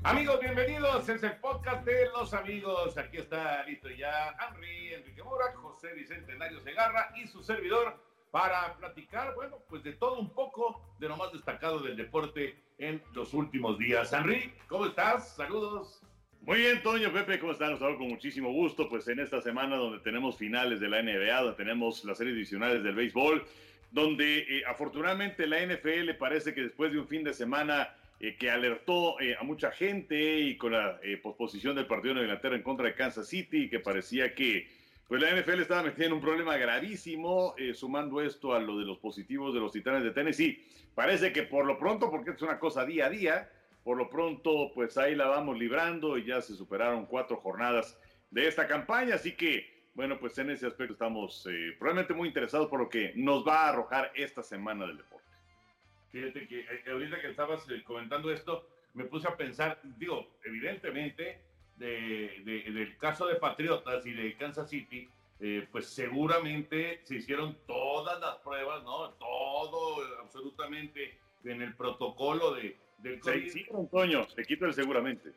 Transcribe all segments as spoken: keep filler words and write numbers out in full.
Amigos, bienvenidos, es el podcast de los amigos. Aquí está listo ya Henry, Enrique Burak, José Bicentenario Segarra y su servidor para platicar, bueno, pues de todo un poco, de lo más destacado del deporte en los últimos días. Henry, ¿cómo estás? Saludos. Muy bien, Toño, Pepe, ¿cómo están? Los saludo con muchísimo gusto, pues en esta semana donde tenemos finales de la N B A, donde tenemos las series divisionales del béisbol, donde eh, afortunadamente la N F L parece que después de un fin de semana eh, que alertó eh, a mucha gente y con la eh, posposición del partido de Inglaterra en contra de Kansas City, que parecía que pues la N F L estaba metida en un problema gravísimo, eh, sumando esto a lo de los positivos de los Titanes de Tennessee. Parece que por lo pronto, porque es una cosa día a día, por lo pronto, pues ahí la vamos librando y ya se superaron cuatro jornadas de esta campaña. Así que, bueno, pues en ese aspecto estamos eh, probablemente muy interesados por lo que nos va a arrojar esta semana del deporte. Fíjate que eh, ahorita que estabas eh, comentando esto, me puse a pensar, digo, evidentemente, de, de, del caso de Patriotas y de Kansas City, eh, pues seguramente se hicieron todas las pruebas, ¿no? Todo, absolutamente, en el protocolo de del Se hicieron, Toño, te quito el seguramente.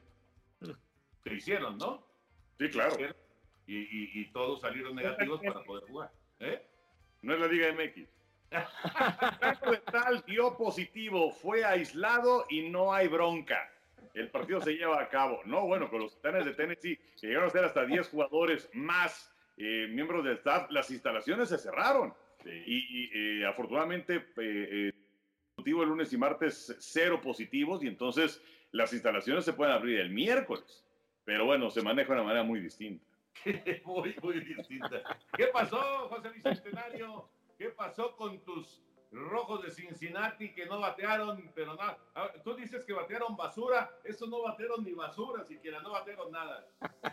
Se hicieron, ¿no? Sí, claro. Y, y, y todos salieron negativos para poder jugar. ¿Eh? No es la Liga M X. Franco de Tal dio positivo, fue aislado y no hay bronca. El partido se lleva a cabo. No, bueno, con los Titanes de Tennessee, que llegaron a ser hasta diez jugadores más eh, miembros del staff, las instalaciones se cerraron. Sí. Y, y eh, afortunadamente... Eh, eh, el lunes y martes cero positivos y entonces las instalaciones se pueden abrir el miércoles, pero bueno, se maneja de una manera muy distinta. muy, muy distinta. ¿Qué pasó, José Bicentenario? ¿Qué pasó con tus Rojos de Cincinnati que no batearon, pero nada? Tú dices que batearon basura, eso no batearon ni basura, siquiera no batearon nada.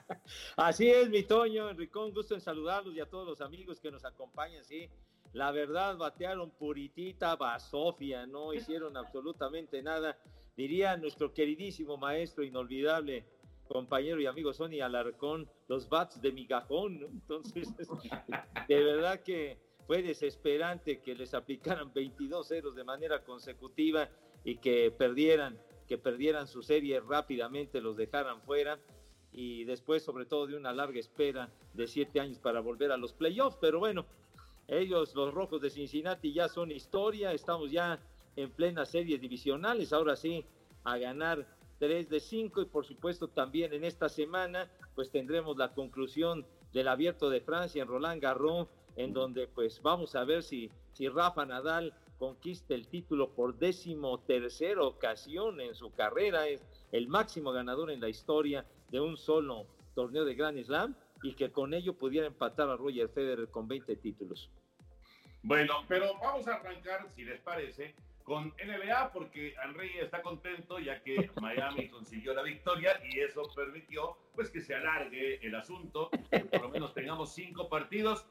Así es, mi Toño, Enricón, gusto en saludarlos y a todos los amigos que nos acompañan, sí. La verdad, batearon puritita basofia, no hicieron absolutamente nada. Diría nuestro queridísimo maestro inolvidable, compañero y amigo Sonny Alarcón, los bats de migajón, ¿no? Entonces, de verdad que fue desesperante que les aplicaran veintidós ceros de manera consecutiva y que perdieran, que perdieran su serie rápidamente, los dejaran fuera. Y después, sobre todo, de una larga espera de siete años para volver a los playoffs, pero bueno, ellos, los Rojos de Cincinnati, ya son historia, estamos ya en plenas series divisionales, ahora sí, a ganar tres de cinco y por supuesto también en esta semana, pues tendremos la conclusión del Abierto de Francia en Roland Garros, en donde pues vamos a ver si, si Rafa Nadal conquista el título por décimo tercera ocasión en su carrera, es el máximo ganador en la historia de un solo torneo de Grand Slam, y que con ello pudiera empatar a Roger Federer con veinte títulos. Bueno, pero vamos a arrancar, si les parece, con N B A, porque Henry está contento ya que Miami consiguió la victoria y eso permitió pues que se alargue el asunto, que por lo menos tengamos cinco partidos.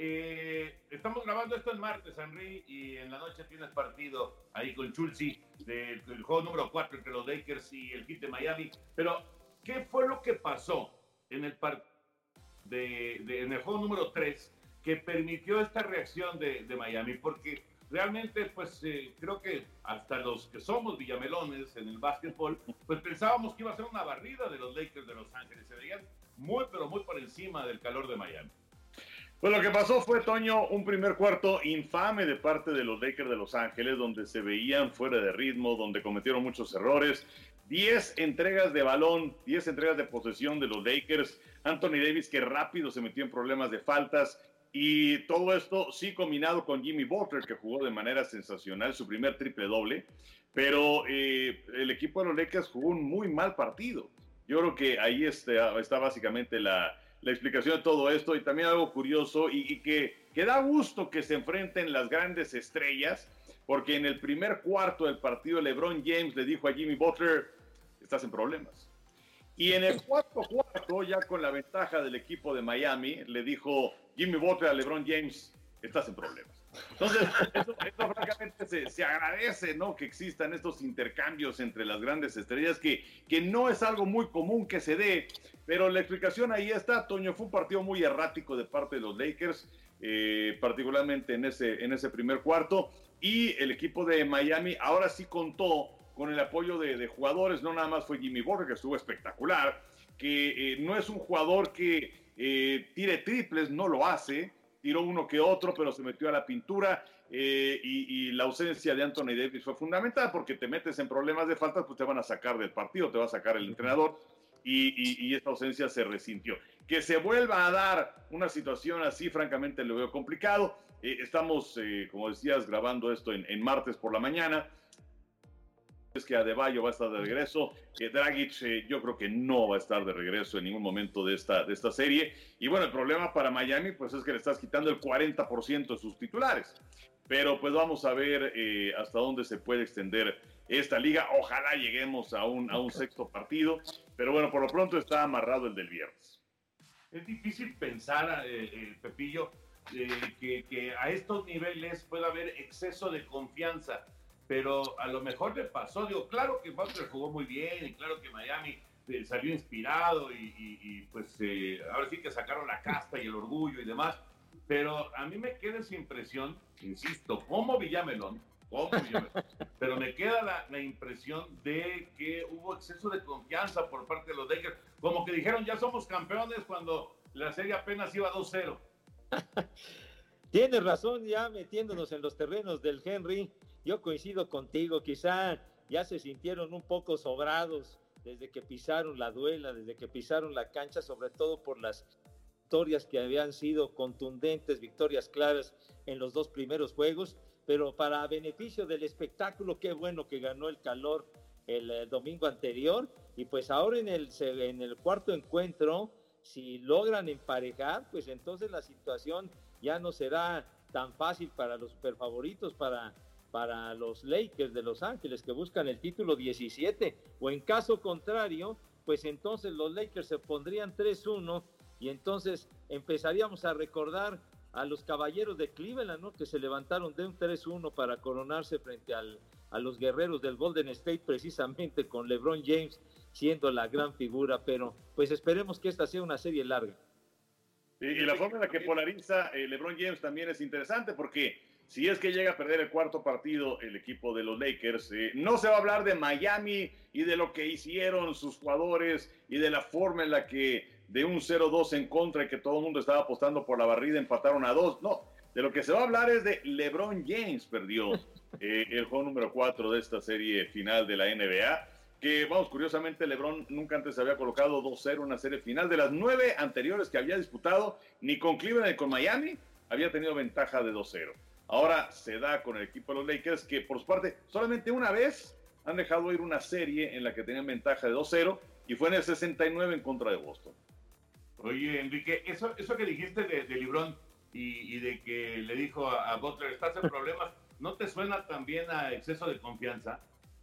Eh, estamos grabando esto el martes, Henry, y en la noche tienes partido ahí con Chelsea del, del juego número cuatro entre los Lakers y el Heat de Miami. Pero, ¿qué fue lo que pasó en el partido? De, de, en el juego número tres que permitió esta reacción de, de Miami? Porque realmente pues eh, creo que hasta los que somos villamelones en el básquetbol pues pensábamos que iba a ser una barrida de los Lakers de Los Ángeles, se veían muy pero muy por encima del calor de Miami. Pues lo que pasó fue, Toño, un primer cuarto infame de parte de los Lakers de Los Ángeles, donde se veían fuera de ritmo, donde cometieron muchos errores. diez entregas de balón, diez entregas de posesión de los Lakers. Anthony Davis, que rápido se metió en problemas de faltas. Y todo esto sí combinado con Jimmy Butler, que jugó de manera sensacional su primer triple doble. Pero eh, el equipo de los Lakers jugó un muy mal partido. Yo creo que ahí está, está básicamente la... la explicación de todo esto, y también algo curioso y, y que, que da gusto que se enfrenten las grandes estrellas, porque en el primer cuarto del partido LeBron James le dijo a Jimmy Butler, estás en problemas. Y en el cuarto cuarto, ya con la ventaja del equipo de Miami, le dijo Jimmy Butler a LeBron James, estás en problemas. Entonces, eso, eso francamente se, se agradece, ¿no? Que existan estos intercambios entre las grandes estrellas, que, que no es algo muy común que se dé, pero la explicación ahí está, Toño. Fue un partido muy errático de parte de los Lakers, eh, particularmente en ese, en ese primer cuarto, y el equipo de Miami ahora sí contó con el apoyo de, de jugadores. No nada más fue Jimmy Butler, que estuvo espectacular, que eh, no es un jugador que eh, tire triples, no lo hace, tiró uno que otro, pero se metió a la pintura, eh, y, y la ausencia de Anthony Davis fue fundamental, porque te metes en problemas de faltas, pues te van a sacar del partido, te va a sacar el entrenador, y, y, y esta ausencia se resintió. Que se vuelva a dar una situación así, francamente lo veo complicado. Eh, estamos, eh, como decías, grabando esto en, en martes por la mañana. Es que Adebayo va a estar de regreso, que Dragic eh, yo creo que no va a estar de regreso en ningún momento de esta, de esta serie. Y bueno, el problema para Miami pues es que le estás quitando el cuarenta por ciento de sus titulares. Pero pues vamos a ver eh, hasta dónde se puede extender esta liga. Ojalá lleguemos a un, a un sexto partido, pero bueno, por lo pronto está amarrado el del viernes. Es difícil pensar, eh, eh, Pepillo, eh, que, que a estos niveles pueda haber exceso de confianza, pero a lo mejor le pasó. Digo, claro que Butler jugó muy bien y claro que Miami eh, salió inspirado y, y, y pues eh, ahora sí que sacaron la casta y el orgullo y demás, pero a mí me queda esa impresión, insisto, como Villamelón, como Villamelón pero me queda la, la impresión de que hubo exceso de confianza por parte de los Lakers, como que dijeron ya somos campeones cuando la serie apenas iba dos cero. Tienes razón, ya metiéndonos en los terrenos del Henry, yo coincido contigo, quizá ya se sintieron un poco sobrados desde que pisaron la duela, desde que pisaron la cancha, sobre todo por las victorias que habían sido contundentes, victorias claras en los dos primeros juegos, pero para beneficio del espectáculo, qué bueno que ganó el calor el, el domingo anterior, y pues ahora en el, en el cuarto encuentro, si logran emparejar, pues entonces la situación ya no será tan fácil para los superfavoritos, para, para los Lakers de Los Ángeles, que buscan el título diecisiete, o en caso contrario, pues entonces los Lakers se pondrían tres uno, y entonces empezaríamos a recordar a los caballeros de Cleveland, ¿no?, que se levantaron de un tres uno para coronarse frente al, a los guerreros del Golden State, precisamente con LeBron James siendo la gran figura, pero pues esperemos que esta sea una serie larga. Y, y la forma en la que polariza eh, LeBron James también es interesante, porque si es que llega a perder el cuarto partido el equipo de los Lakers, eh, no se va a hablar de Miami y de lo que hicieron sus jugadores y de la forma en la que de un cero dos en contra y que todo el mundo estaba apostando por la barrida, empataron a dos. No, de lo que se va a hablar es de LeBron James perdió eh, el juego número cuatro de esta serie final de la N B A, que vamos, curiosamente LeBron nunca antes había colocado dos cero en una serie final. De las nueve anteriores que había disputado, ni con Cleveland ni con Miami había tenido ventaja de dos cero. Ahora se da con el equipo de los Lakers, que por su parte solamente una vez han dejado ir una serie en la que tenían ventaja de dos cero, y fue en el sesenta y nueve en contra de Boston. Oye, Enrique, eso, eso que dijiste de, de LeBron y, y de que le dijo a, a Butler, estás en problemas, ¿no te suena también a exceso de confianza?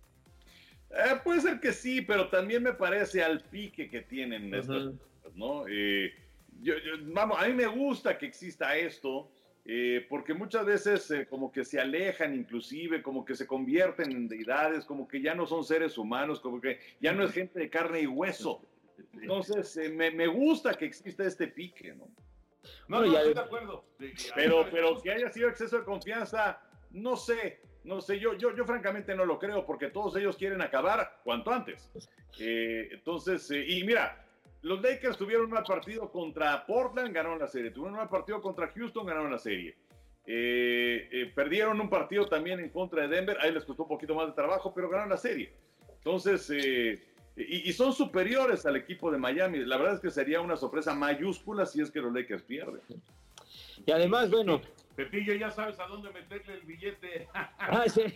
Eh, puede ser que sí, pero también me parece al pique que tienen Uh-huh. estas cosas, ¿no? Eh, yo, yo, vamos, a mí me gusta que exista esto, eh, porque muchas veces eh, como que se alejan, inclusive, como que se convierten en deidades, como que ya no son seres humanos, como que ya no es gente de carne y hueso. Entonces, eh, me, me gusta que exista este pique, ¿no? No, no, estoy de acuerdo. Pero, pero que haya sido exceso de confianza, no sé, no sé, yo, yo, yo francamente no lo creo, porque todos ellos quieren acabar cuanto antes. Eh, entonces, eh, y mira, los Lakers tuvieron un mal partido contra Portland, ganaron la serie. Tuvieron un mal partido contra Houston, ganaron la serie. Eh, eh, perdieron un partido también en contra de Denver, ahí les costó un poquito más de trabajo, pero ganaron la serie. Entonces, eh, y, y son superiores al equipo de Miami. La verdad es que sería una sorpresa mayúscula si es que los Lakers pierden. Y además, bueno... Pepillo, ya sabes a dónde meterle el billete. Ah, sí.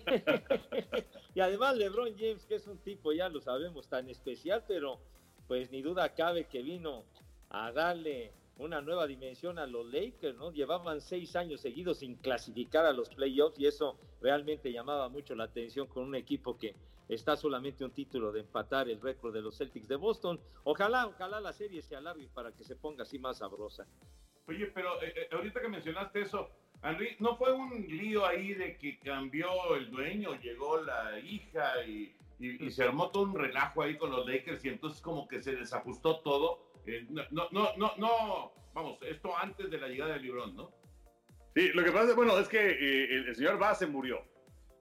Y además LeBron James, que es un tipo, ya lo sabemos, tan especial, pero pues ni duda cabe que vino a darle una nueva dimensión a los Lakers, ¿no? Llevaban seis años seguidos sin clasificar a los playoffs, y eso realmente llamaba mucho la atención con un equipo que está solamente un título de empatar el récord de los Celtics de Boston. Ojalá, ojalá la serie se alargue para que se ponga así más sabrosa. Oye, pero eh, ahorita que mencionaste eso, Henry, ¿no fue un lío ahí de que cambió el dueño, llegó la hija y, y, y se armó todo un relajo ahí con los Lakers y entonces como que se desajustó todo? Eh, no, no, no, no, no, vamos, esto antes de la llegada de LeBron, ¿no? Sí, lo que pasa, bueno, es que eh, el, el señor Bass se murió.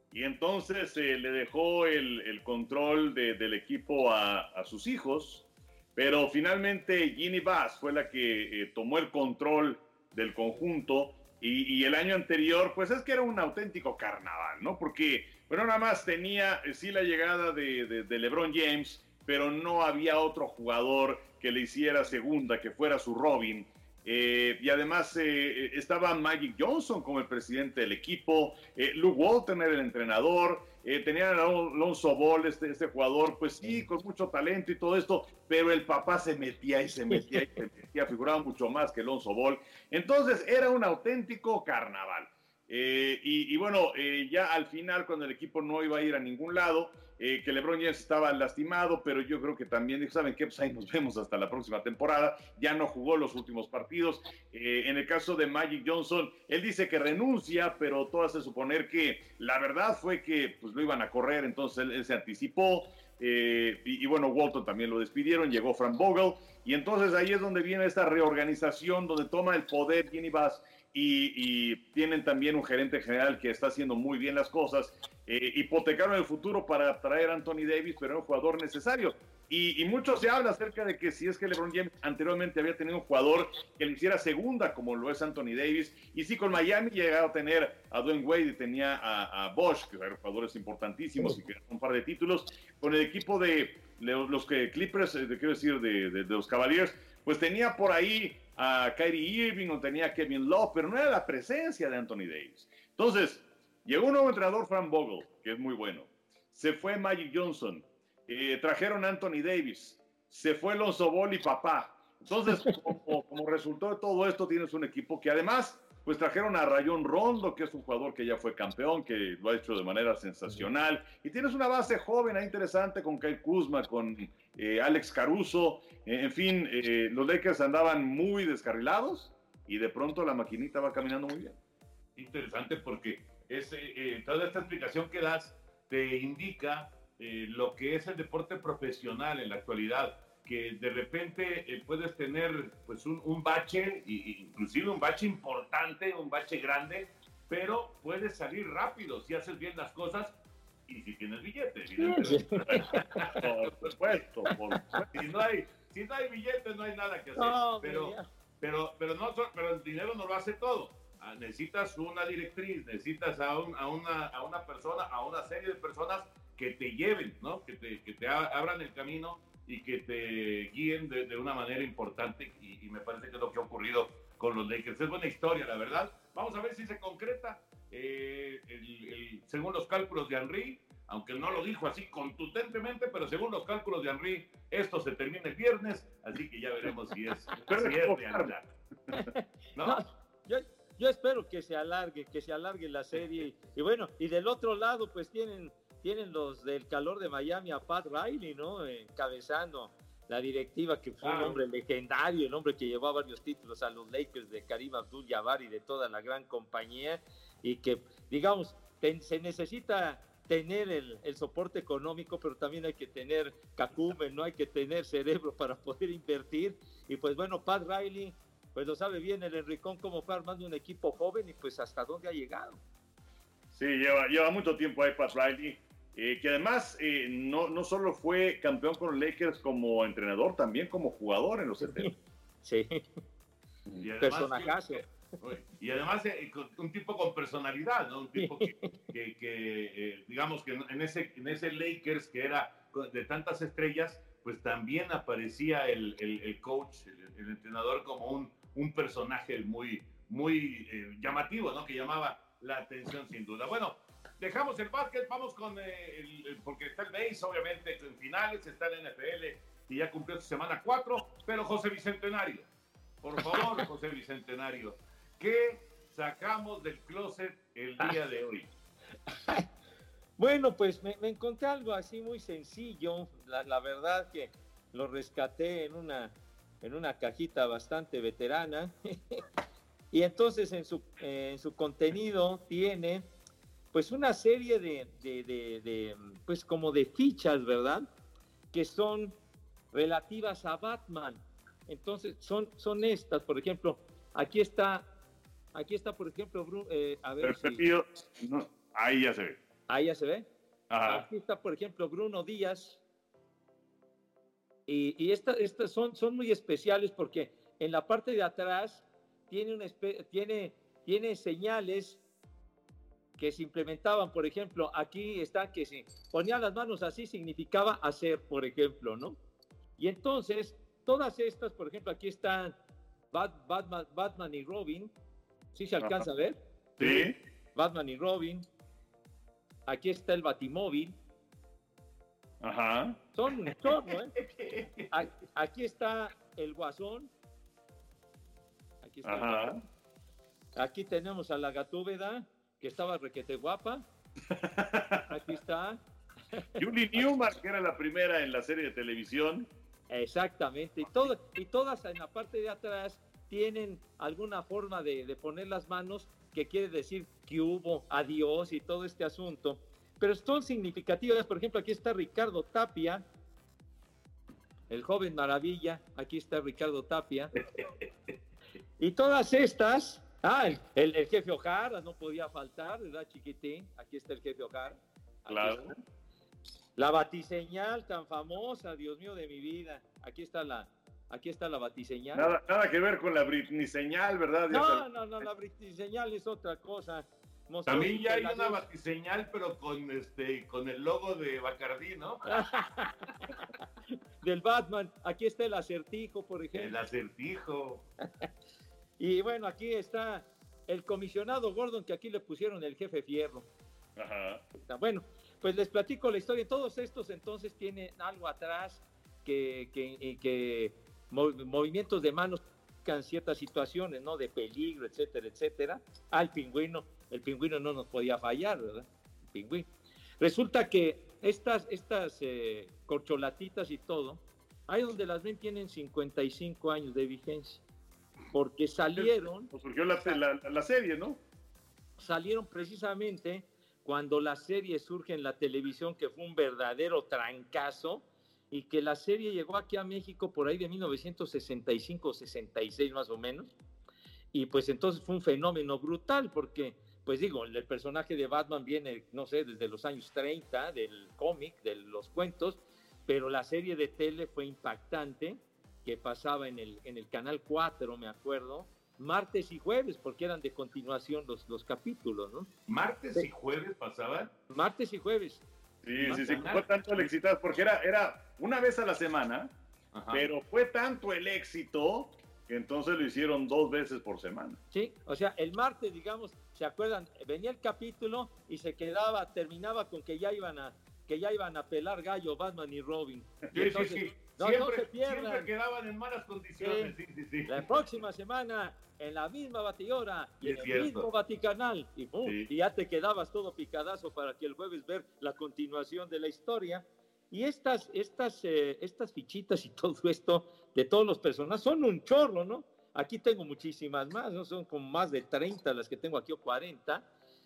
y entonces eh, le dejó el, el control de, del equipo a, a sus hijos, pero finalmente Ginny Bass fue la que eh, tomó el control del conjunto, y, y el año anterior, pues es que era un auténtico carnaval, ¿no? Porque, bueno, nada más tenía eh, sí la llegada de, de, de LeBron James, pero no había otro jugador que le hiciera segunda, que fuera su Robin. Eh, y además eh, estaba Magic Johnson como el presidente del equipo, eh, Luke Walton era el entrenador, eh, tenían a Lonzo Ball, este, este jugador, pues sí, con mucho talento y todo esto, pero el papá se metía y se metía y se metía, figuraba mucho más que Lonzo Ball. Entonces era un auténtico carnaval. Eh, y, y bueno, eh, ya al final, cuando el equipo no iba a ir a ningún lado, eh, que LeBron James estaba lastimado, pero yo creo que también dijo, ¿saben qué? Pues ahí nos vemos hasta la próxima temporada. Ya no jugó los últimos partidos. Eh, en el caso de Magic Johnson, él dice que renuncia, pero todo hace suponer que la verdad fue que pues lo iban a correr, entonces él, él se anticipó. Eh, y, y bueno, Walton también lo despidieron, llegó Frank Vogel, y entonces ahí es donde viene esta reorganización, donde toma el poder Ginny Bass. Y, y tienen también un gerente general que está haciendo muy bien las cosas. Eh, hipotecaron el futuro para traer a Anthony Davis, pero era un jugador necesario. Y, y mucho se habla acerca de que si es que LeBron James anteriormente había tenido un jugador que le hiciera segunda, como lo es Anthony Davis. Y sí, con Miami llegaba a tener a Dwayne Wade y tenía a, a Bosh, que eran jugadores importantísimos y que eran un par de títulos. Con el equipo de los que Clippers, de, quiero decir, de, de, de los Cavaliers, pues tenía por ahí a Kyrie Irving o tenía a Kevin Love, pero no era la presencia de Anthony Davis. Entonces, llegó un nuevo entrenador, Frank Vogel, que es muy bueno. Se fue Magic Johnson. Eh, trajeron a Anthony Davis. Se fue Lonzo Ball y papá. Entonces, como, como resultado de todo esto, tienes un equipo que además, pues trajeron a Rayon Rondo, que es un jugador que ya fue campeón, que lo ha hecho de manera sensacional. Y tienes una base joven, interesante, con Kyle Kuzma, con eh, Alex Caruso. Eh, en fin, eh, los Lakers andaban muy descarrilados y de pronto la maquinita va caminando muy bien. Interesante porque es, eh, toda esta explicación que das te indica eh, lo que es el deporte profesional en la actualidad, que de repente eh, puedes tener pues un, un bache, y, inclusive un bache importante, un bache grande, pero puedes salir rápido si haces bien las cosas y si tienes billete, evidentemente. Por supuesto, por supuesto. Si no hay, si no hay billete no hay nada que hacer, No, pero, pero, pero, no, pero el dinero no lo hace todo. Ah, necesitas una directriz, necesitas a, un, a, una, a una persona, a una serie de personas que te lleven, ¿no? Que te, que te abran el camino y que te guíen de, de una manera importante, y, y me parece que es lo que ha ocurrido con los Lakers. Es buena historia, la verdad. Vamos a ver si se concreta. Eh, el, el, según los cálculos de Henry, aunque no lo dijo así contundentemente, pero según los cálculos de Henry, esto se termina el viernes, así que ya veremos si es, si es realidad. ¿No? No, yo, yo espero que se alargue, que se alargue la serie. Y bueno, y del otro lado, pues tienen... tienen los del calor de Miami a Pat Riley, ¿no? Encabezando la directiva, que fue ah. un hombre legendario, el hombre que llevó varios títulos a los Lakers, de Kareem Abdul-Jabbar y de toda la gran compañía, y que, digamos, ten, se necesita tener el, el soporte económico, pero también hay que tener cacumen, ¿no? Hay que tener cerebro para poder invertir. Y pues bueno, Pat Riley, pues lo sabe bien el Enricón, cómo fue armando un equipo joven y pues hasta dónde ha llegado. Sí, lleva, lleva mucho tiempo ahí Pat Riley. Eh, que además eh, no, no solo fue campeón con los Lakers como entrenador, también como jugador en los setenta. Sí, y además, personajazo. Y además eh, un tipo con personalidad, ¿no? Un tipo que, que, que eh, digamos que en ese, en ese Lakers que era de tantas estrellas, pues también aparecía el, el, el coach, el, el entrenador, como un, un personaje muy, muy eh, llamativo, ¿no? Que llamaba la atención sin duda. Bueno, dejamos el básquet, vamos con eh, el, el, porque está el base, obviamente, en finales, está el N F L, y ya cumplió su semana cuatro, pero José Bicentenario, por favor, José Bicentenario, ¿qué sacamos del closet el día de hoy? Bueno, pues me, me encontré algo así muy sencillo, la, la verdad que lo rescaté en una, en una cajita bastante veterana, y entonces en su, eh, en su contenido tiene pues una serie de, de, de, de, pues como de fichas, ¿verdad? Que son relativas a Batman. Entonces son, son estas, por ejemplo, aquí está, aquí está, por ejemplo, Bruno, eh, a ver si... no, ahí ya se ve. Ahí ya se ve. Ajá. Aquí está, por ejemplo, Bruno Díaz. Y, y estas esta son, son muy especiales porque en la parte de atrás tiene, una espe- tiene, tiene señales que se implementaban, por ejemplo, aquí está que si ponían las manos así significaba hacer, por ejemplo, ¿no? Y entonces, todas estas, por ejemplo, aquí están Bat- Batman, Batman y Robin, ¿sí se alcanza Ajá. a ver? Sí. Batman y Robin, aquí está el Batimóvil, Ajá. son un chorro, ¿eh? A- Aquí está el Guasón, aquí está el Ajá. Guasón. Aquí tenemos a la Gatúbeda, que estaba requete guapa. Aquí está. Julie Newmar, que era la primera en la serie de televisión. Exactamente. Y, todo, y todas en la parte de atrás tienen alguna forma de, de poner las manos que quiere decir que hubo, adiós y todo este asunto. Pero son significativas. Por ejemplo, aquí está Ricardo Tapia, el joven maravilla. Aquí está Ricardo Tapia. Y todas estas... Ah, el, el, el jefe Ojara no podía faltar, ¿verdad, chiquitín? Aquí está el jefe Ojara. Aquí Claro. está. La batiseñal tan famosa, Dios mío de mi vida. Aquí está la, aquí está la batiseñal. Nada, nada que ver con la Britney señal, ¿verdad? Ya No, sabes. no, no, la batiseñal es otra cosa. Mostró También ya hay la una luz. batiseñal, pero con este, con el logo de Bacardí, ¿no? Del Batman. Aquí está el acertijo, por El ejemplo. acertijo. Y bueno, aquí está el comisionado Gordon, que aquí le pusieron el jefe Fierro. Ajá. Bueno, pues les platico la historia. Todos estos entonces tienen algo atrás que, que, que mov, movimientos de manos en ciertas situaciones, ¿no? De peligro, etcétera, etcétera. Al pingüino, el pingüino no nos podía fallar, ¿verdad? El pingüino. Resulta que estas, estas eh, corcholatitas y todo, ahí donde las ven tienen cincuenta y cinco años de vigencia, porque salieron... Pues surgió la, la, la serie, ¿no? Salieron precisamente cuando la serie surge en la televisión, que fue un verdadero trancazo, y que la serie llegó aquí a México por ahí de mil novecientos sesenta y cinco, sesenta y seis más o menos, y pues entonces fue un fenómeno brutal, porque, pues digo, el personaje de Batman viene, no sé, desde los años treinta, del cómic, de los cuentos, pero la serie de tele fue impactante, que pasaba en el, en el Canal cuatro, me acuerdo, martes y jueves, porque eran de continuación los, los capítulos, ¿no? ¿Martes y jueves pasaban? Martes y jueves. Sí, sí, sí, fue tanto el éxito, porque era, era una vez a la semana, ajá, pero fue tanto el éxito que entonces lo hicieron dos veces por semana. Sí, o sea, el martes, digamos, ¿se acuerdan? Venía el capítulo y se quedaba, terminaba con que ya iban a, que ya iban a pelar gallo Batman y Robin. Sí, entonces, sí, sí. No, siempre, no se pierdan. Siempre quedaban en malas condiciones. Sí. Sí, sí, sí. La próxima semana, en la misma batidora y es en cierto. el mismo Vaticanal. Y, ¡pum! Sí. Y ya te quedabas todo picadazo para que el jueves ver la continuación de la historia. Y estas, estas, eh, estas fichitas y todo esto de todos los personajes son un chorro, ¿no? Aquí tengo muchísimas más, ¿no? Son como más de treinta las que tengo aquí o cuarenta.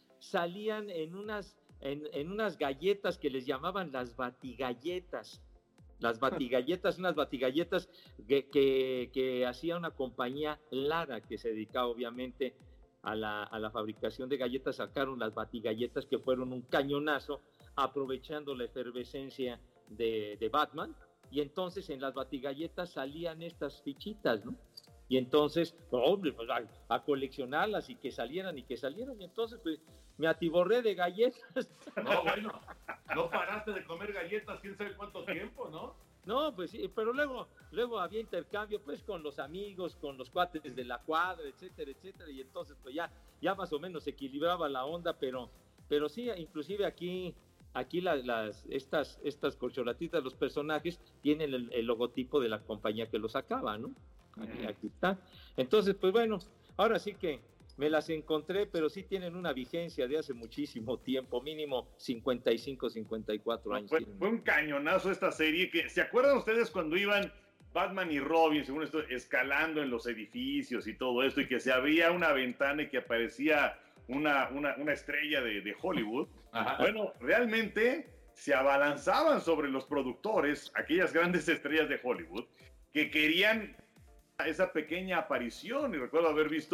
Salían en unas, en, en unas galletas que les llamaban las batigalletas. Las batigalletas, unas batigalletas que, que, que hacía una compañía Lara, que se dedicaba obviamente a la, a la fabricación de galletas. Sacaron las batigalletas que fueron un cañonazo, aprovechando la efervescencia de, de Batman. Y entonces en las batigalletas salían estas fichitas, ¿no? Y entonces, hombre, pues a, a coleccionarlas y que salieran y que salieran. Y entonces, pues, me atiborré de galletas. No, bueno, no paraste de comer galletas quién sabe cuánto tiempo, ¿no? No, pues sí, pero luego, luego había intercambio, pues, con los amigos, con los cuates de la cuadra, etcétera, etcétera. Y entonces, pues, ya, ya más o menos se equilibraba la onda, pero, pero sí, inclusive aquí... Aquí la, las, estas, estas corcholatitas, los personajes, tienen el, el logotipo de la compañía que los sacaba, ¿no? Aquí, aquí está. Entonces, pues bueno, ahora sí que me las encontré, pero sí tienen una vigencia de hace muchísimo tiempo, mínimo cincuenta y cinco, cincuenta y cuatro años. Fue, fue un cañonazo esta serie. Que, ¿se acuerdan ustedes cuando iban Batman y Robin, según esto, escalando en los edificios y todo esto, y que se abría una ventana y que aparecía una, una, una estrella de, de Hollywood? Ajá. Bueno, realmente se abalanzaban sobre los productores, aquellas grandes estrellas de Hollywood, que querían esa pequeña aparición. Y recuerdo haber visto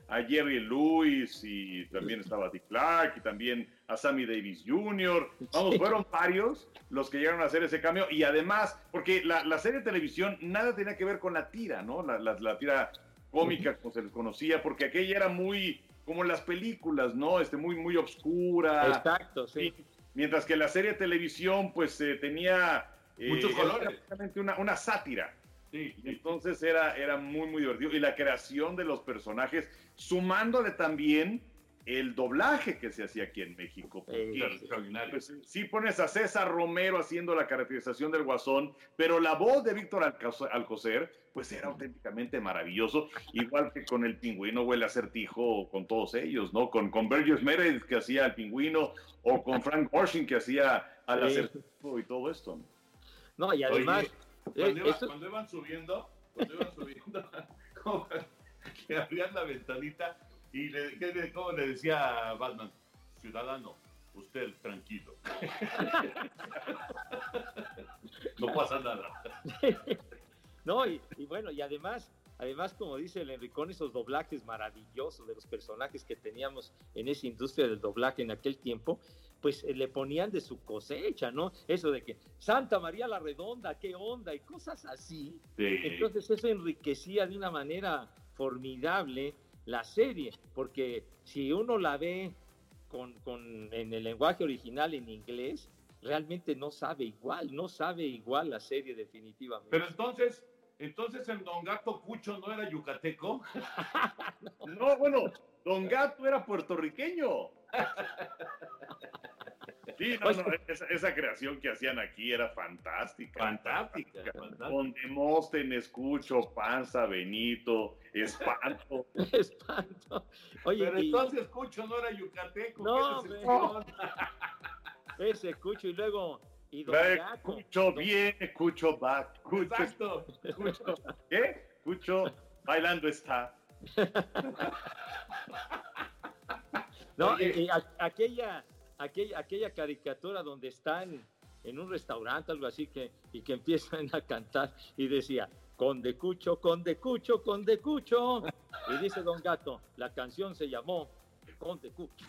a Jerry Lewis y también estaba Dick Clark y también a Sammy Davis junior Vamos, sí. Fueron varios los que llegaron a hacer ese cambio y además, porque la, la serie de televisión nada tenía que ver con la tira, ¿no? La, la, la tira cómica, como se les conocía, porque aquella era muy, como las películas, ¿no? Este, muy, muy obscura. Exacto, sí. Y, mientras que la serie de televisión, pues, eh, tenía... Eh, muchos colores. Una, una sátira. Sí, sí. Entonces era, era muy, muy divertido. Y la creación de los personajes, sumándole también el doblaje que se hacía aquí en México. Porque, extraordinario. Pues, sí pones a César Romero haciendo la caracterización del Guasón, pero la voz de Víctor Alcocer, pues era auténticamente maravilloso. Igual que con el Pingüino o el Acertijo, con todos ellos, ¿no? Con, con Burgess Meredith, que hacía al Pingüino, o con Frank Gorshin, que hacía al sí. Acertijo y todo esto. No, y además... Oye, cuando, iba, esto... cuando iban subiendo, cuando iban subiendo, como que abrían la ventanita y le, ¿cómo le decía a Batman? Ciudadano, usted tranquilo. No pasa nada. No, y, y bueno, y además, además, como dice el Enricón, esos doblajes maravillosos de los personajes que teníamos en esa industria del doblaje en aquel tiempo, pues eh, le ponían de su cosecha, ¿no? Eso de que Santa María la Redonda, qué onda, y cosas así. Sí. Entonces eso enriquecía de una manera formidable la serie, porque si uno la ve con, con, en el lenguaje original en inglés, realmente no sabe igual, no sabe igual la serie definitivamente. Pero entonces, entonces el Don Gato Cucho no era yucateco. no. no, bueno, Don Gato era puertorriqueño. Sí, no, no, esa, esa creación que hacían aquí era fantástica. Fantástica. fantástica. Con Demóstenes, Cucho, Panza, Benito, Espanto. Espanto. Oye, pero y... entonces Cucho no era yucateco. No, ese, no. Ese Cucho y luego... Y Don Gato, Cucho don... viene, Cucho va. Cucho, exacto. Cucho, ¿qué? Cucho bailando está. No, y, y a, aquella... Aquella, aquella caricatura donde están en un restaurante, algo así, que, y que empiezan a cantar y decía, Conde Cucho, Conde Cucho, Conde Cucho. Y dice Don Gato, la canción se llamó Conde Cucho.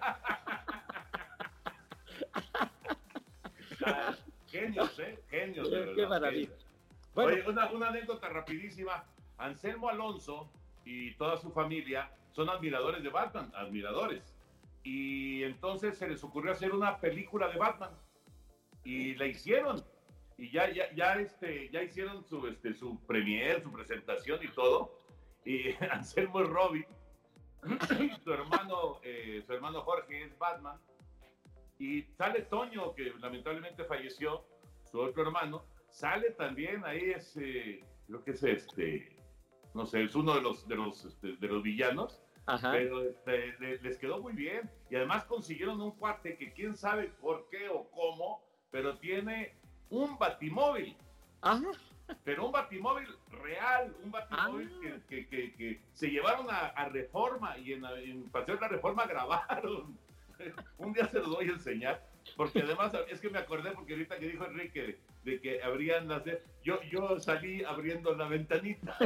Ah, genios, ¿eh? Genios. De Qué verdad, maravilla. Genios. Bueno, Oye, una, una anécdota rapidísima. Anselmo Alonso y toda su familia son admiradores de Batman, admiradores. Y entonces se les ocurrió hacer una película de Batman y la hicieron y ya ya ya este ya hicieron su este su premier, su presentación y todo, y Anselmo es Robin, su hermano eh, su hermano Jorge es Batman y sale Toño, que lamentablemente falleció, su otro hermano, sale también ahí, es eh, creo que es este no sé, es uno de los de los este, de los villanos. Ajá. Pero este, les quedó muy bien y además consiguieron un cuate que quién sabe por qué o cómo, pero tiene un batimóvil. Ajá. Pero un batimóvil real, un batimóvil que, que, que, que se llevaron a, a Reforma y en, en Paseo de la Reforma grabaron. Un día se los voy a enseñar, porque además es que me acordé porque ahorita que dijo Enrique de, de que abrían las... De, yo, yo salí abriendo la ventanita.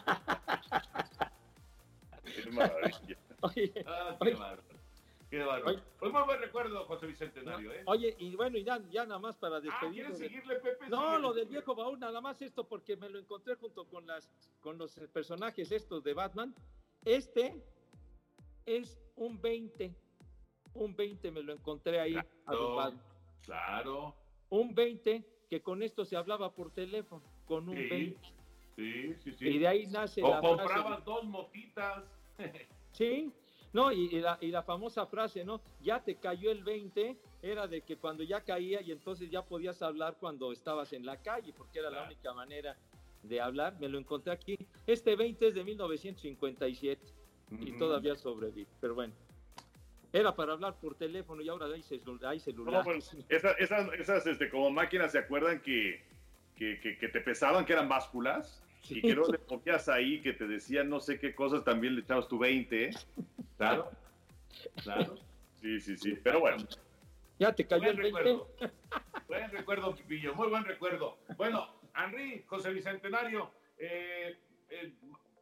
Qué maravilla. Oye, ah, qué bárbaro. Qué bárbaro. Pues muy buen recuerdo, José Bicentenario, ¿eh? Oye, y bueno, y ya, ya nada más para despedirnos. Ah, ¿quieres seguirle, Pepe? No, síguele. Lo del viejo baúl, nada más esto, porque me lo encontré junto con las con los personajes estos de Batman. Este es un veinte. Un veinte me lo encontré ahí. Claro, claro. Un veinte que con esto se hablaba por teléfono, con un sí, veinte. Sí, sí, sí. Y de ahí nace o la comprabas frase. dos motitas. Sí, no, y, y, la, y la famosa frase, ¿no? Ya te cayó el veinte, era de que cuando ya caía y entonces ya podías hablar cuando estabas en la calle, porque era claro. La única manera de hablar. Me lo encontré aquí. Este veinte es de mil novecientos cincuenta y siete mm-hmm. y todavía sobrevive, pero bueno. Era para hablar por teléfono y ahora hay, celu- hay celular. No, pues, esas, esas, esas este, como máquinas, ¿se acuerdan que, que, que, que te pesaban, que eran básculas? Sí. Y que no le ponías ahí, que te decían no sé qué cosas, también le echabas tu veinte, ¿eh? Claro, claro. Sí, sí, sí, pero bueno. Ya te cayó buen el veinte. Recuerdo. Buen recuerdo, Pipillo, muy buen recuerdo. Bueno, Henry, José Bicentenario, eh, eh,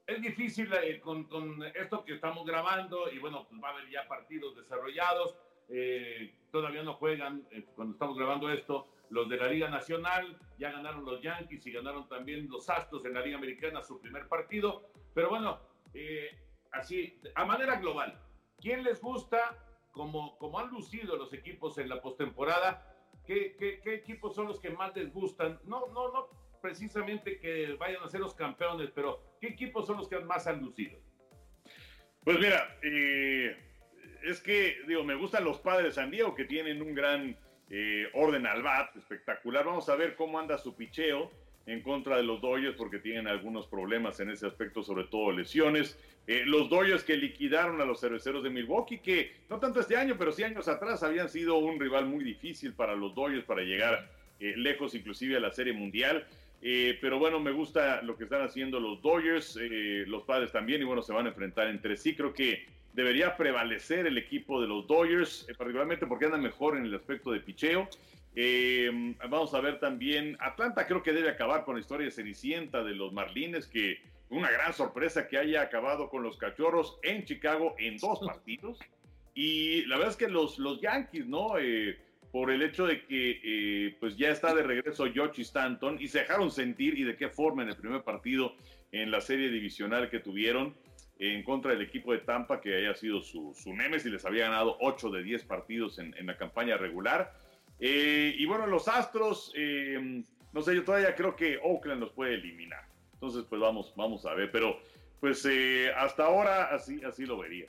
es difícil eh, con, con esto que estamos grabando y bueno, pues va a haber ya partidos desarrollados. Eh, todavía no juegan eh, cuando estamos grabando esto los de la Liga Nacional, ya ganaron los Yankees y ganaron también los Astros en la Liga Americana su primer partido, pero bueno, eh, así, a manera global, ¿quién les gusta como, como han lucido los equipos en la postemporada? ¿Qué, qué, qué equipos son los que más les gustan? No, no, no precisamente que vayan a ser los campeones, pero ¿qué equipos son los que más han lucido? Pues mira, eh, es que, digo, me gustan los Padres de San Diego, que tienen un gran eh, orden al bat, espectacular. Vamos a ver cómo anda su picheo en contra de los Dodgers, porque tienen algunos problemas en ese aspecto, sobre todo lesiones. Eh, los Dodgers que liquidaron a los Cerveceros de Milwaukee, que no tanto este año, pero sí años atrás habían sido un rival muy difícil para los Dodgers para llegar eh, lejos, inclusive a la Serie Mundial. Eh, pero bueno, me gusta lo que están haciendo los Dodgers, eh, los Padres también, y bueno, se van a enfrentar entre sí. Creo que debería prevalecer el equipo de los Dodgers, eh, particularmente porque andan mejor en el aspecto de picheo. Eh, vamos a ver también, Atlanta creo que debe acabar con la historia de Cenicienta de los Marlins, que una gran sorpresa que haya acabado con los Cachorros en Chicago en dos partidos. Y la verdad es que los, los Yankees, ¿no? Eh, por el hecho de que eh, pues ya está de regreso Yoshi Stanton y se dejaron sentir, y de qué forma en el primer partido en la serie divisional que tuvieron en contra del equipo de Tampa, que haya sido su, su némesis, les había ganado ocho de diez partidos en, en la campaña regular. Eh, y bueno, los Astros, eh, no sé, yo todavía creo que Oakland los puede eliminar. Entonces, pues vamos, vamos a ver, pero pues eh, hasta ahora así, así lo vería.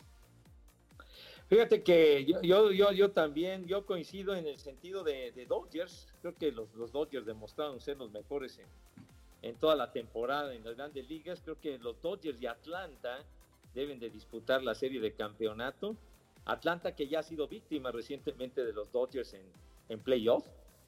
Fíjate que yo, yo, yo, yo también, yo coincido en el sentido de, de Dodgers. Creo que los, los Dodgers demostraron ser los mejores en, en toda la temporada en las grandes ligas. Creo que los Dodgers y Atlanta deben de disputar la serie de campeonato. Atlanta, que ya ha sido víctima recientemente de los Dodgers en, en playoff,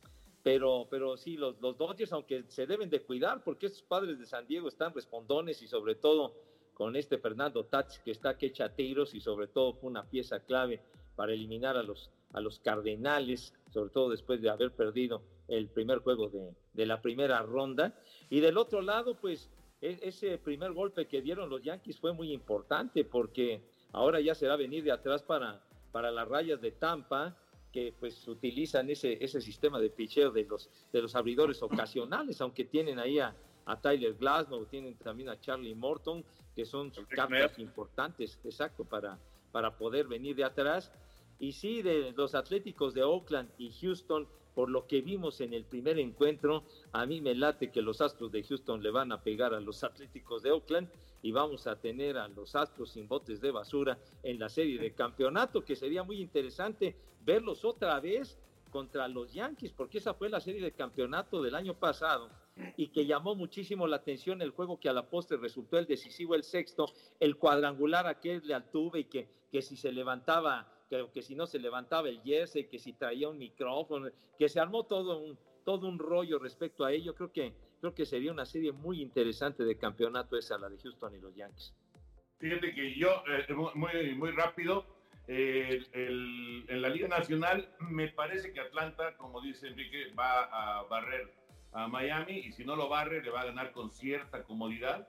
pero, pero sí, los, los Dodgers, aunque se deben de cuidar, porque estos Padres de San Diego están respondones, y sobre todo con este Fernando Tatis, que está que echa tiros, y sobre todo fue una pieza clave para eliminar a los, a los Cardenales, sobre todo después de haber perdido el primer juego de, de la primera ronda. Y del otro lado, pues, ese primer golpe que dieron los Yankees fue muy importante, porque ahora ya será venir de atrás para, para las Rayas de Tampa, que pues utilizan ese, ese sistema de picheo de los, de los abridores ocasionales, aunque tienen ahí a, a Tyler Glasnow, tienen también a Charlie Morton, que son cartas importantes, exacto, para, para poder venir de atrás. Y sí, de los Atléticos de Oakland y Houston, por lo que vimos en el primer encuentro, a mí me late que los Astros de Houston le van a pegar a los Atléticos de Oakland, y vamos a tener a los Astros sin botes de basura en la serie de campeonato, que sería muy interesante verlos otra vez contra los Yankees, porque esa fue la serie de campeonato del año pasado, y que llamó muchísimo la atención el juego que a la postre resultó el decisivo, el sexto, el cuadrangular aquel de Altuve, y que, que si se levantaba, que, que si no se levantaba el jersey, que si traía un micrófono, que se armó todo un, todo un rollo respecto a ello. Creo que, creo que sería una serie muy interesante de campeonato esa, la de Houston y los Yankees. Fíjate que yo, eh, muy, muy rápido, eh, el, en la Liga Nacional me parece que Atlanta, como dice Enrique, va a barrer a Miami, y si no lo barre, le va a ganar con cierta comodidad.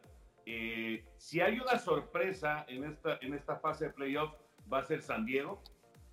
Eh, si hay una sorpresa en esta, en esta fase de playoff, va a ser San Diego,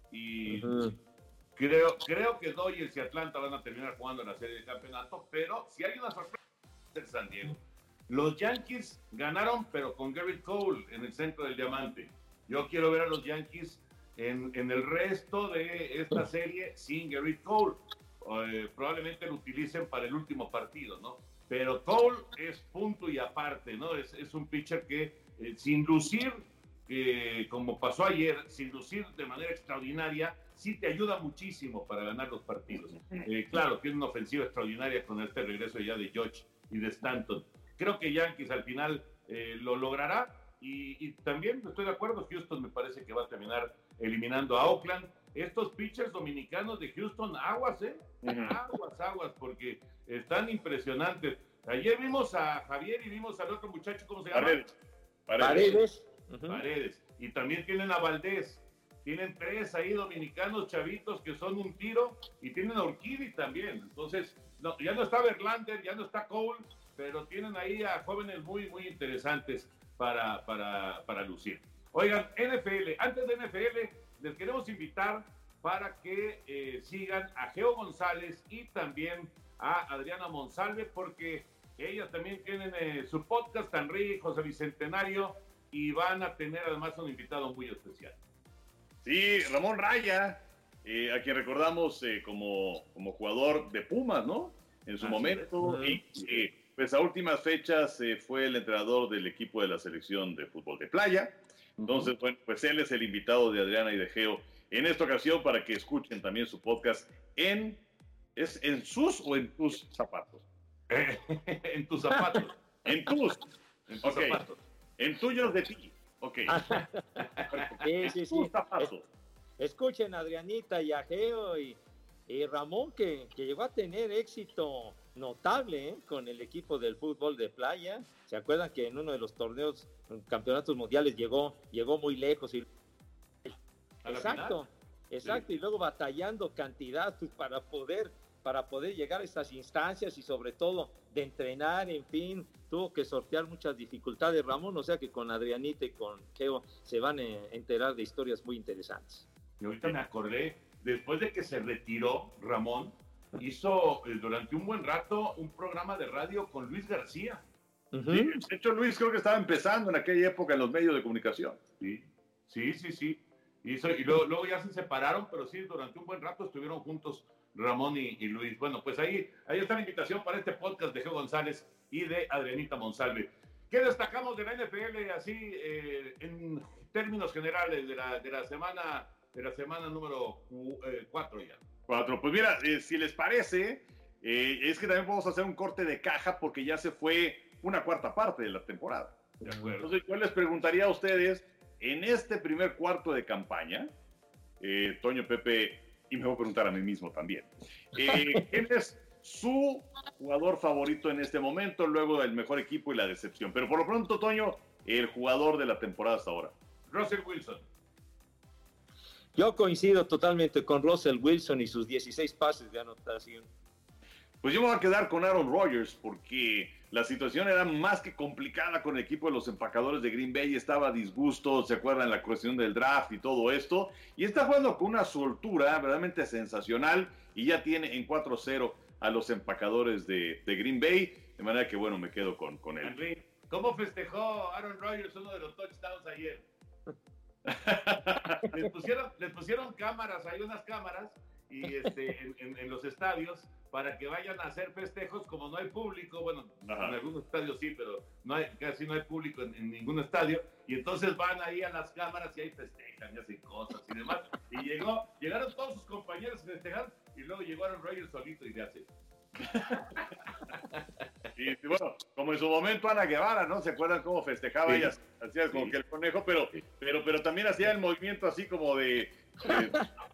y uh-huh. creo, creo que Dodgers y Atlanta van a terminar jugando en la serie de campeonato, pero si hay una sorpresa, va a ser San Diego. Los Yankees ganaron, pero con Garrett Cole en el centro del diamante. Yo quiero ver a los Yankees en, en el resto de esta serie sin Garrett Cole. Eh, probablemente lo utilicen para el último partido, ¿no? Pero Cole es punto y aparte, ¿no? Es, es un pitcher que eh, sin lucir, eh, como pasó ayer, sin lucir de manera extraordinaria, sí te ayuda muchísimo para ganar los partidos. Eh, claro, tiene una ofensiva extraordinaria con este regreso ya de George y de Stanton. Creo que Yankees al final eh, lo logrará, y, y también estoy de acuerdo, Houston me parece que va a terminar eliminando a Oakland. Estos pitchers dominicanos de Houston, aguas, ¿eh? Aguas, aguas, porque están impresionantes. Ayer vimos a Javier y vimos al otro muchacho, ¿cómo se llama? Paredes. Paredes. Paredes. Uh-huh. Paredes. Y también tienen a Valdés. Tienen tres ahí dominicanos chavitos que son un tiro, y tienen a Urquidy también. Entonces, no, ya no está Verlander, ya no está Cole, pero tienen ahí a jóvenes muy, muy interesantes. para, para, para lucir. Oigan, N F L, antes de N F L, les queremos invitar para que eh, sigan a Geo González y también a Adriana Monsalve, porque ellas también tienen eh, su podcast tan rico, José Bicentenario, y van a tener además un invitado muy especial. Sí, Ramón Raya, eh, a quien recordamos eh, como, como jugador de Pumas, ¿no? En su Así momento, es. y eh, pues a últimas fechas eh, fue el entrenador del equipo de la selección de fútbol de playa. Entonces, uh-huh. bueno, pues él es el invitado de Adriana y de Geo en esta ocasión para que escuchen también su podcast en, ¿es en sus o en tus zapatos? En tus zapatos. En tus. En tus okay. zapatos. En tuyos de ti. Ok. Sí, sí, sí. Es, escuchen a Adrianita y a Geo y, y Ramón, que, que llegó a tener éxito notable ¿eh? con el equipo del fútbol de playa. ¿Se acuerdan que en uno de los torneos, campeonatos mundiales, llegó, llegó muy lejos? Y... Exacto, exacto. Sí. Y luego batallando cantidad para poder, para poder llegar a estas instancias y sobre todo de entrenar, en fin, tuvo que sortear muchas dificultades Ramón, o sea que con Adrianita y con Geo se van a enterar de historias muy interesantes. Y ahorita me acordé, después de que se retiró Ramón, hizo eh, durante un buen rato un programa de radio con Luis García. Uh-huh. Sí, de hecho, Luis creo que estaba empezando en aquella época en los medios de comunicación. Sí, sí, sí, sí. Hizo, y luego, luego ya se separaron, pero sí, durante un buen rato estuvieron juntos Ramón y, y Luis. Bueno, pues ahí, ahí está la invitación para este podcast de Geo González y de Adrianita Monsalve. ¿Qué destacamos de la N F L así eh, en términos generales de la, de la semana de la semana número cuatro eh, ya? Cuatro. Pues mira, eh, si les parece, eh, es que también vamos a hacer un corte de caja porque ya se fue una cuarta parte de la temporada. De acuerdo. Entonces yo les preguntaría a ustedes, en este primer cuarto de campaña, eh, Toño, Pepe, y me voy a preguntar a mí mismo también, eh, ¿quién es su jugador favorito en este momento, luego del mejor equipo y la decepción? Pero por lo pronto, Toño, el jugador de la temporada hasta ahora. Russell Wilson. Yo coincido totalmente con Russell Wilson y sus dieciséis pases de anotación. Pues yo me voy a quedar con Aaron Rodgers porque la situación era más que complicada con el equipo de los empacadores de Green Bay. Estaba a disgusto, se acuerdan la cuestión del draft y todo esto. Y está jugando con una soltura verdaderamente sensacional y ya tiene en cuatro cero a los empacadores de, de Green Bay. De manera que, bueno, me quedo con, con él. Henry, ¿cómo festejó Aaron Rodgers uno de los touchdowns ayer? les, pusieron, les pusieron cámaras, hay unas cámaras y este, en, en, en los estadios para que vayan a hacer festejos. Como no hay público, bueno, Ajá. en algunos estadios sí, pero no hay, casi no hay público en, en ningún estadio, y entonces van ahí a las cámaras y ahí festejan y hacen cosas y demás, y llegó, llegaron todos sus compañeros a festejar, y luego llegó Aaron Rodgers solito y le hace. Y bueno, como en su momento Ana Guevara, ¿no? ¿Se acuerdan cómo festejaba sí. ella? Hacía como sí. que el conejo, pero, sí. pero, pero también hacía el movimiento así como de... de...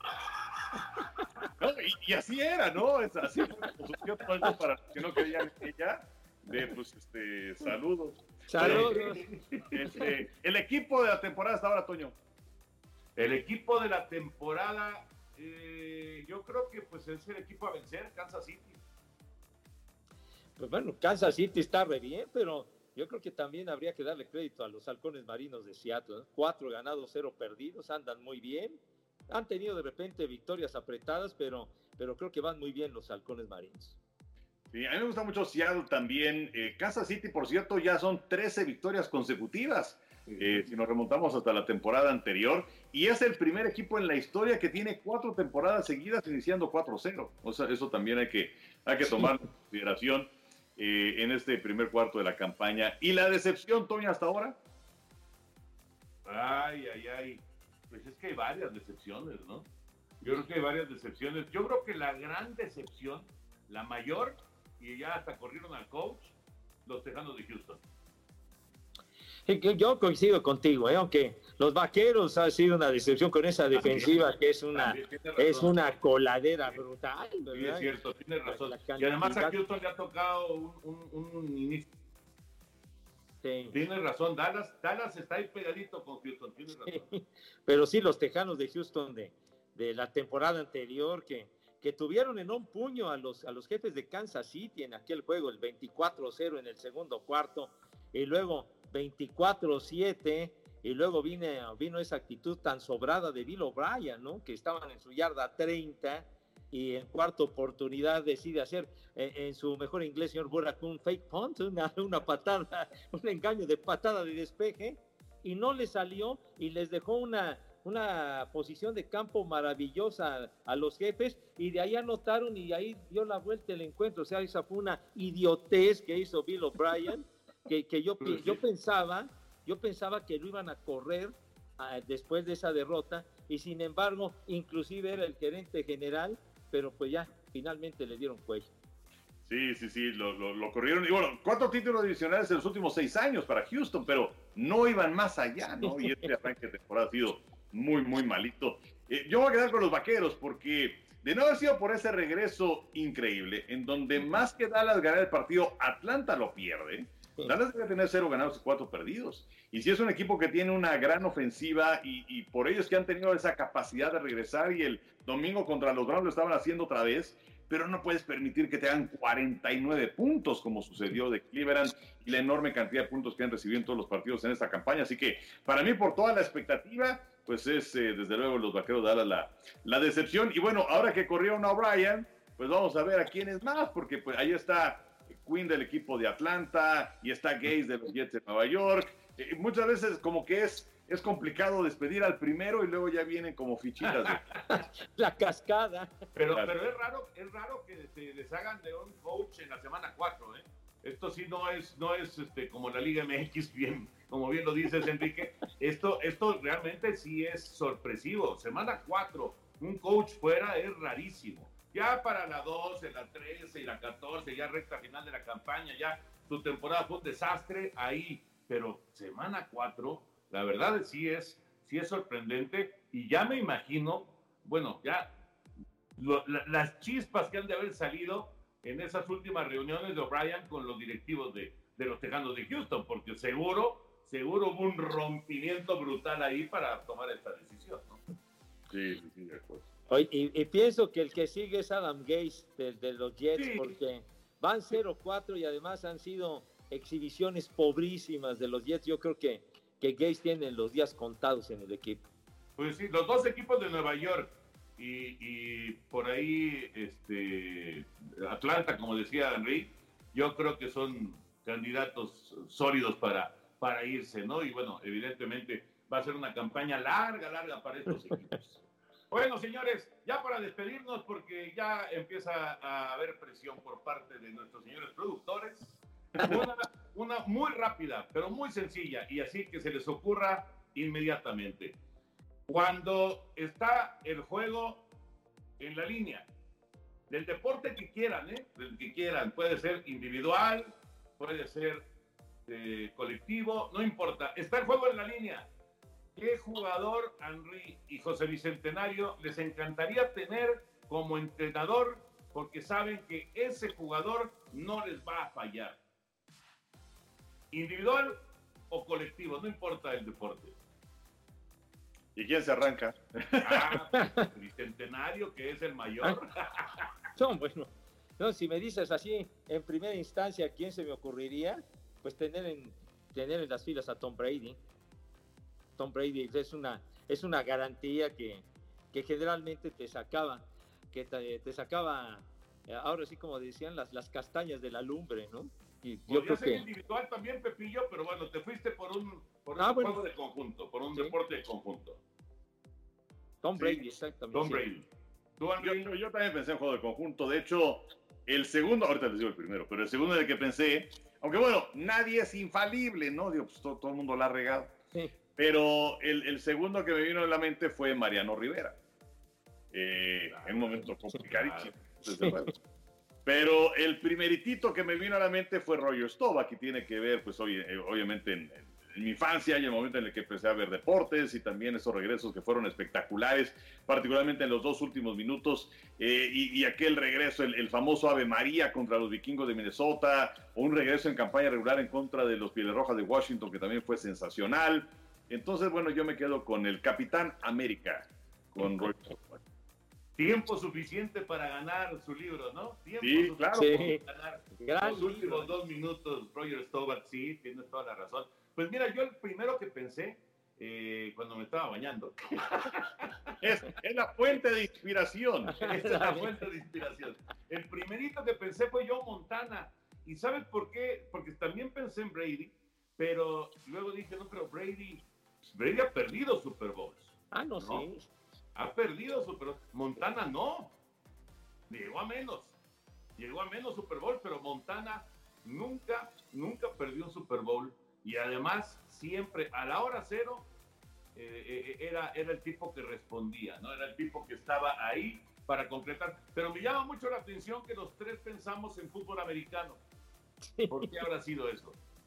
No, y, y así era, ¿no? Es así fue como para que no creían en ella. De, pues, este, saludos. Saludos. Este, el equipo de la temporada hasta ahora, Toño. El equipo de la temporada, eh, yo creo que pues es el equipo a vencer, Kansas City. Pues bueno, Kansas City está re bien, pero yo creo que también habría que darle crédito a los halcones marinos de Seattle, ¿no? Cuatro ganados, cero perdidos, andan muy bien. Han tenido de repente victorias apretadas, pero, pero creo que van muy bien los halcones marinos. Sí, a mí me gusta mucho Seattle también. Eh, Kansas City, por cierto, ya son trece victorias consecutivas, eh, si nos remontamos hasta la temporada anterior. Y es el primer equipo en la historia que tiene cuatro temporadas seguidas iniciando cuatro cero. O sea, eso también hay que, hay que tomar en consideración eh, en este primer cuarto de la campaña. ¿Y la decepción, Toño, hasta ahora? Ay, ay, ay. Pues es que hay varias decepciones, ¿no? Yo creo que hay varias decepciones. Yo creo que la gran decepción, la mayor, y ya hasta corrieron al coach, los Tejanos de Houston. Yo coincido contigo, ¿eh? Aunque los Vaqueros ha sido una decepción con esa defensiva que es una, es una coladera brutal, ¿verdad? Sí, es cierto, tiene razón. La, la y además a Houston le ha tocado un, un, un inicio. Sí. Tienes razón, Dallas, Dallas está ahí pegadito con Houston, tienes razón. Sí, pero sí, los Tejanos de Houston de, de la temporada anterior que, que tuvieron en un puño a los, a los jefes de Kansas City en aquel juego, el veinticuatro cero en el segundo cuarto, y luego veinticuatro siete, y luego vino, vino esa actitud tan sobrada de Bill O'Brien, ¿no? Que estaban en su yarda treinta, y en cuarta oportunidad decide hacer, eh, en su mejor inglés, señor Burak, un fake punt, una, una patada, un engaño de patada de despeje, y no le salió, y les dejó una, una posición de campo maravillosa a los jefes, y de ahí anotaron, y de ahí dio la vuelta el encuentro. O sea, esa fue una idiotez que hizo Bill O'Brien, que, que yo, yo pensaba, yo pensaba que lo iban a correr uh, después de esa derrota, y sin embargo, inclusive era el gerente general, pero pues ya, finalmente le dieron cuello. Sí, sí, sí, lo, lo, lo corrieron. Y bueno, cuatro títulos adicionales en los últimos seis años para Houston, pero no iban más allá, ¿no? Y este arranque de temporada ha sido muy, muy malito. Eh, yo voy a quedar con los Vaqueros porque de no haber sido por ese regreso increíble, en donde más que Dallas ganar el partido, Atlanta lo pierde. Dallas debe tener cero ganados y cuatro perdidos. Y si es un equipo que tiene una gran ofensiva y, y por ellos que han tenido esa capacidad de regresar, y el domingo contra los Browns lo estaban haciendo otra vez, pero no puedes permitir que te hagan cuarenta y nueve puntos como sucedió de Cleveland y la enorme cantidad de puntos que han recibido en todos los partidos en esta campaña. Así que para mí, por toda la expectativa, pues es eh, desde luego los Vaqueros de Dallas la, la decepción. Y bueno, ahora que corrieron a O'Brien, pues vamos a ver a quién es más, porque pues ahí está Quinn del equipo de Atlanta y está Gase de los Jets de Nueva York. Eh, muchas veces como que es, es complicado despedir al primero y luego ya vienen como fichitas de... La cascada. Pero, pero es raro, es raro que se deshagan de un coach en la semana cuatro, ¿eh? Esto sí no es, no es este, como la Liga M X, bien, como bien lo dices, Enrique. Esto, esto realmente sí es sorpresivo. Semana cuatro, un coach fuera es rarísimo. Ya para la doce, la trece y la catorce, ya recta final de la campaña, ya su temporada fue un desastre ahí. Pero semana cuatro, la verdad sí es, sí es sorprendente. Y ya me imagino, bueno, ya lo, la, las chispas que han de haber salido en esas últimas reuniones de O'Brien con los directivos de, de los Tejanos de Houston, porque seguro, seguro hubo un rompimiento brutal ahí para tomar esta decisión, ¿no? Sí, sí, sí, de acuerdo. Y, y pienso que el que sigue es Adam Gase de, de los Jets, Sí. porque van cero cuatro y además han sido exhibiciones pobrísimas de los Jets. Yo creo que, que Gase tiene los días contados en el equipo. Pues sí, los dos equipos de Nueva York y, y por ahí este, Atlanta, como decía Henry, yo creo que son candidatos sólidos para, para irse, ¿no? Y bueno, evidentemente va a ser una campaña larga, larga para estos equipos. Bueno, señores, ya para despedirnos, porque ya empieza a haber presión por parte de nuestros señores productores, una, una muy rápida, pero muy sencilla, y así que se les ocurra inmediatamente. Cuando está el juego en la línea, del deporte que quieran, ¿eh? Del que quieran, puede ser individual, puede ser eh, colectivo, no importa, está el juego en la línea. ¿Qué jugador, Henry y José Bicentenario, les encantaría tener como entrenador? Porque saben que ese jugador no les va a fallar. Individual o colectivo, no importa el deporte. ¿Y quién se arranca? Ah, Bicentenario, que es el mayor. No, bueno, no, si me dices así, en primera instancia, ¿quién se me ocurriría? Pues tener en, tener en las filas a Tom Brady. Tom Brady es una, es una garantía que, que generalmente te sacaba, que te, te sacaba, ahora sí como decían, las, las castañas de la lumbre, ¿no? Y yo Podría creo ser que... individual también, Pepillo, pero bueno, te fuiste por un, por Ah, un bueno. juego de conjunto, por un Sí. deporte de conjunto. Tom Sí. Brady, exactamente. Tom sí. Brady. ¿Tú, Yo, Henry? yo- yo también pensé en juego de conjunto. De hecho, el segundo, ahorita les digo el primero, pero el segundo en el que pensé, aunque bueno, nadie es infalible, ¿no? Digo, pues todo, todo el mundo la ha regado. Sí. Pero el, el segundo que me vino a la mente fue Mariano Rivera. Eh, Claro. en un momento complicadísimo, Sí. desde luego. Pero el primeritito que me vino a la mente fue Roger Staubach, que tiene que ver, pues, hoy, eh, obviamente, en, en mi infancia y el momento en el que empecé a ver deportes y también esos regresos que fueron espectaculares, particularmente en los dos últimos minutos, eh, y, y aquel regreso, el, el famoso Ave María contra los vikingos de Minnesota, o un regreso en campaña regular en contra de los Pieles Rojas de Washington, que también fue sensacional. Entonces, bueno, yo me quedo con el Capitán América, con Roger Staubach. Tiempo suficiente para ganar su libro, ¿no? Tiempo Sí, suficiente claro. Sí. para ganar Gran los últimos libro. dos minutos. Roger Staubach, sí, tienes toda la razón. Pues mira, yo el primero que pensé eh, cuando me estaba bañando. Es, es la fuente de inspiración. Esta es la fuente de inspiración. El primerito que pensé fue Joe Montana. ¿Y sabes por qué? Porque también pensé en Brady, pero luego dije, no, pero Brady, Brady ha perdido Super Bowls. Ah, no, ¿no? sí. Ha perdido Super Bowl. Montana no. Llegó a menos. Llegó a menos Super Bowl, pero Montana nunca, nunca perdió un Super Bowl. Y además, siempre a la hora cero, eh, eh, era, era el tipo que respondía, ¿no? Era el tipo que estaba ahí para concretar. Pero me llama mucho la atención que los tres pensamos en fútbol americano. ¿Por qué habrá sido eso?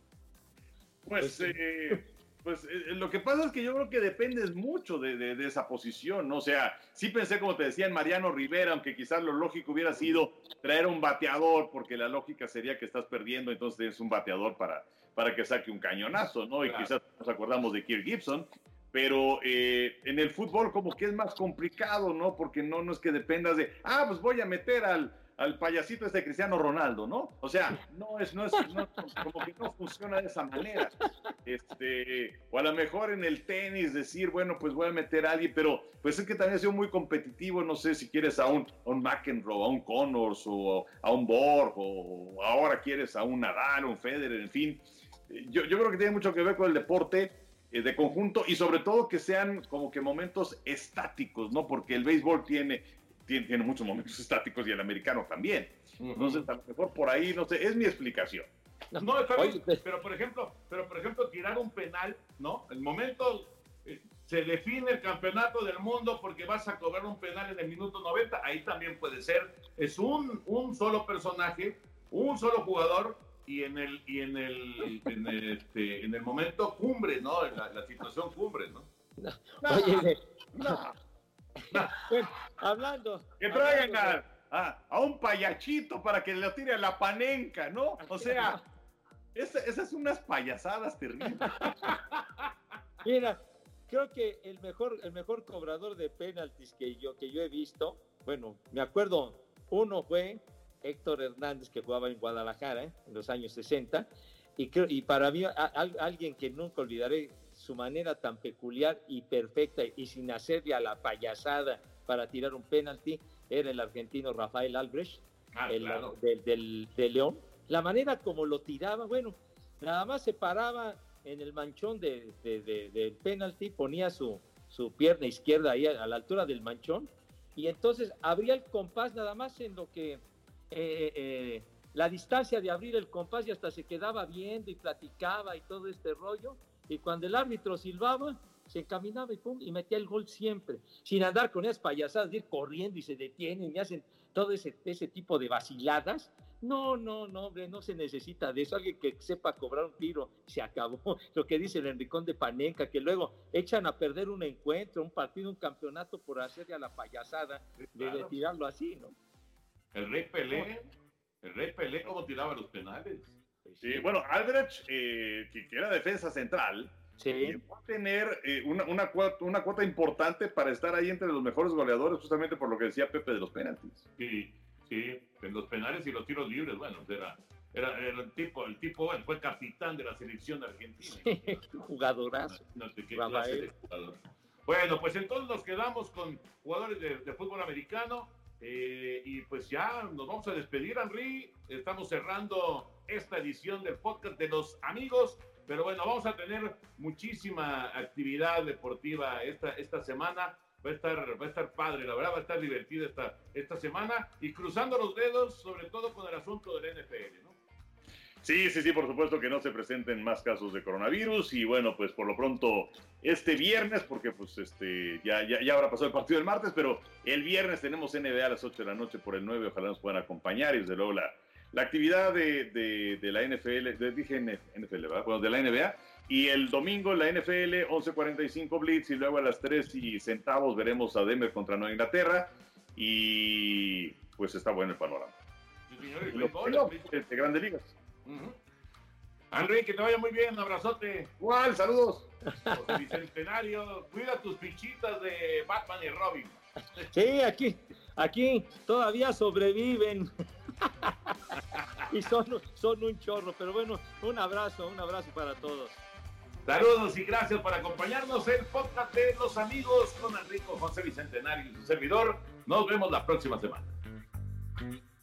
Pues, eh, pues eh, lo que pasa es que yo creo que dependes mucho de, de, de esa posición, ¿no? O sea, sí pensé, como te decía, en Mariano Rivera, aunque quizás lo lógico hubiera sido traer un bateador, porque la lógica sería que estás perdiendo, entonces tienes un bateador para, para que saque un cañonazo, ¿no? Y Claro. quizás nos acordamos de Kirk Gibson, pero eh, en el fútbol como que es más complicado, ¿no? Porque no, no es que dependas de, ah, pues voy a meter al... al payasito este Cristiano Ronaldo, ¿no? O sea, no es, no es, no, como que no funciona de esa manera. Este, o a lo mejor en el tenis decir, bueno, pues voy a meter a alguien, pero pues es que también ha sido muy competitivo, no sé si quieres a un, a un McEnroe, a un Connors, o a un Borg, o ahora quieres a un Nadal, un Federer, en fin. Yo, yo creo que tiene mucho que ver con el deporte eh, de conjunto y sobre todo que sean como que momentos estáticos, ¿no? Porque el béisbol tiene... Tiene, tiene muchos momentos estáticos y el americano también. Uh-huh. Entonces, a lo mejor por ahí, no sé, es mi explicación. No, está bien, pero por ejemplo, pero por ejemplo, tirar un penal, ¿no? El momento eh, se define el campeonato del mundo porque vas a cobrar un penal en el minuto noventa, ahí también puede ser. Es un, un solo personaje, un solo jugador y en el, y en el, en el, este, en el momento cumbre, ¿no? La, la situación cumbre, ¿no? No. Oye, no. Bueno, hablando. Que traigan a, a, a un payachito para que le tire a la panenca, ¿no? O sea, esa, esas son unas payasadas terribles. Mira, creo que el mejor, el mejor cobrador de penaltis que yo, que yo he visto, bueno, me acuerdo, uno fue Héctor Hernández, que jugaba en Guadalajara ¿eh? en los años sesenta, y, creo, y para mí, a, a, alguien que nunca olvidaré, su manera tan peculiar y perfecta y sin hacerle a la payasada para tirar un penalti, era el argentino Rafael Albrecht, ah, el, claro. del, del, de León. La manera como lo tiraba, bueno, nada más se paraba en el manchón de, de, de, del penalti, ponía su, su pierna izquierda ahí a, a la altura del manchón, y entonces abría el compás nada más en lo que... Eh, eh, la distancia de abrir el compás y hasta se quedaba viendo y platicaba y todo este rollo. Y cuando el árbitro silbaba, se encaminaba y pum, y metía el gol siempre, sin andar con esas payasadas de ir corriendo y se detienen y hacen todo ese, ese tipo de vaciladas. No, no, no, hombre, no se necesita de eso. Alguien que sepa cobrar un tiro, se acabó. Lo que dice el Enricón de Panenka, que luego echan a perder un encuentro, un partido, un campeonato por hacerle a la payasada de, claro. de tirarlo así, ¿no? El Rey Pelé, el Rey Pelé, ¿cómo tiraba los penales? Sí, bueno, Albrecht, eh, que, que era defensa central, sí. eh, va a tener eh, una, una, cuota, una cuota importante para estar ahí entre los mejores goleadores, justamente por lo que decía Pepe de los penaltis. Sí, sí, en los penales y los tiros libres, bueno, era, era, era el tipo, el tipo, bueno, fue capitán de la selección argentina. Sí, jugadorazo. No, no sé qué clase de jugador. Bueno, pues entonces nos quedamos con jugadores de, de fútbol americano. Eh, y pues ya nos vamos a despedir, Henry. Estamos cerrando esta edición del podcast de los amigos, pero bueno, vamos a tener muchísima actividad deportiva esta, esta semana. Va a estar, va a estar padre, la verdad va a estar divertida esta, esta semana y cruzando los dedos, sobre todo con el asunto del N F L, ¿no? Sí, sí, sí, por supuesto que no se presenten más casos de coronavirus y bueno, pues por lo pronto este viernes, porque pues este ya, ya, ya habrá pasado el partido del martes, pero el viernes tenemos N B A a las ocho de la noche por el nueve, ojalá nos puedan acompañar y desde luego la, la actividad de, de, de la N F L, de, dije N F L, ¿verdad? Bueno, de la N B A y el domingo la N F L, once cuarenta y cinco Blitz y luego a las tres y centavos veremos a Denver contra Nueva Inglaterra y pues está bueno el panorama. Sí, señor, y lo, lo, de, de Grandes Ligas. Uh-huh. Henry, que te vaya muy bien, un abrazote. Igual, saludos. José Bicentenario, cuida tus fichitas de Batman y Robin. Sí, aquí, aquí todavía sobreviven. Y son, son un chorro, pero bueno, un abrazo, un abrazo para todos. Saludos y gracias por acompañarnos en el podcast de Los Amigos con Enrico José Bicentenario y su servidor. Nos vemos la próxima semana.